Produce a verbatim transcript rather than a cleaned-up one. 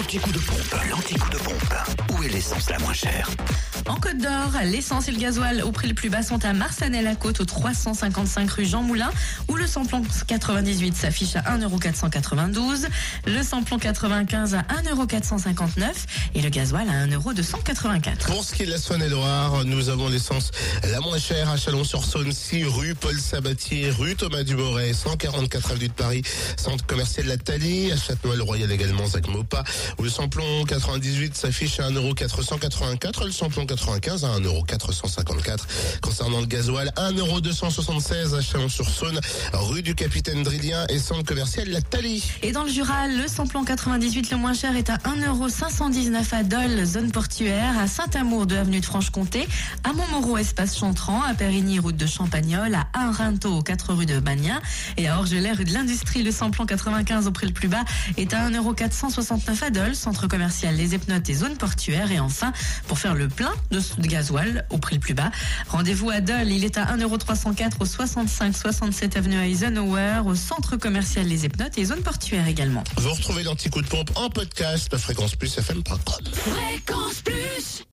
L'anti-coup de pompe, l'anti-coup de pompe. Où est l'essence la moins chère? En Côte d'Or, l'essence et le gasoil au prix le plus bas sont à Marsanais-la-Côte au trois cent cinquante-cinq rue Jean Moulin, où le samplon quatre-vingt-dix-huit s'affiche à un euro quatre cent quatre-vingt-douze, le samplon quatre-vingt-quinze à un euro quatre cent cinquante-neuf et le gasoil à un euro deux cent quatre-vingt-quatre. Pour ce qui est de la Saône-et-Loire, nous avons l'essence la moins chère à Chalon-sur-Saône, six rue Paul Sabatier, rue Thomas Dumoret, cent quarante-quatre avenue de Paris, centre commercial La Thalie, à Châtenois-le-Royal également, Zac Mopa, où le samplon quatre-vingt-dix-huit s'affiche à un euro quatre cent quatre-vingt-quatre, le samplon quatre-vingt-quinze à un euro quatre cent cinquante-quatre. Concernant le gasoil, un euro deux cent soixante-seize à Chalon-sur-Saône, rue du Capitaine Drilien et centre commercial La Thalie. Et dans le Jura, le samplon quatre-vingt-dix-huit le moins cher est à un euro cinq cent dix-neuf à Dole, zone portuaire, à Saint-Amour de avenue de Franche-Comté, à Montmoreau, espace Chantran, à Périgny, route de Champagnole, à Arinto, quatre rue de Bagnin et à Orgelet, rue de l'Industrie. Le samplon quatre-vingt-quinze au prix le plus bas est à un euro quatre cent soixante-neuf à Dole, centre commercial Les Epnotes et zone portuaire. Et enfin, pour faire le plein de gasoil au prix le plus bas, rendez-vous à Dole. Il est à un euro trois cent quatre au soixante-cinq soixante-sept avenue Eisenhower, au centre commercial Les Epnotes et zone portuaire également. Vous retrouvez l'anti-coup de pompe en podcast à fréquence plus f m point com. Fréquence plus.